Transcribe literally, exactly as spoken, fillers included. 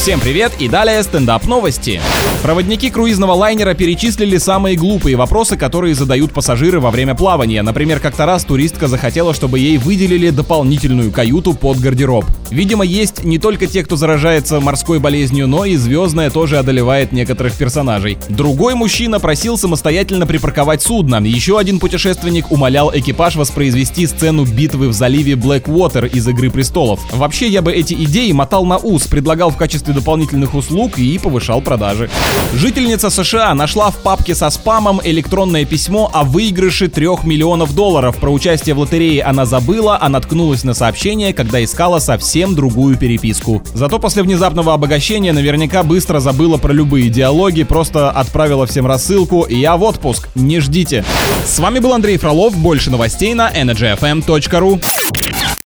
Всем привет и далее стендап новости. Проводники круизного лайнера перечислили самые глупые вопросы, которые задают пассажиры во время плавания. Например, как-то раз туристка захотела, чтобы ей выделили дополнительную каюту под гардероб. Видимо, есть не только те, кто заражается морской болезнью, но и звездная тоже одолевает некоторых персонажей. Другой мужчина просил самостоятельно припарковать судно. Еще один путешественник умолял экипаж воспроизвести сцену битвы в заливе Блэквотер из «Игры престолов». Вообще, я бы эти идеи мотал на ус, предлагал в качестве дополнительных услуг и повышал продажи. Жительница США нашла в папке со спамом электронное письмо о выигрыше трех миллионов долларов. Про участие в лотерее она забыла, а наткнулась на сообщение, когда искала совсем другую переписку. Зато после внезапного обогащения наверняка быстро забыла про любые диалоги, просто отправила всем рассылку и я в отпуск. Не ждите. С вами был Андрей Фролов. Больше новостей на energy эф эм точка ру.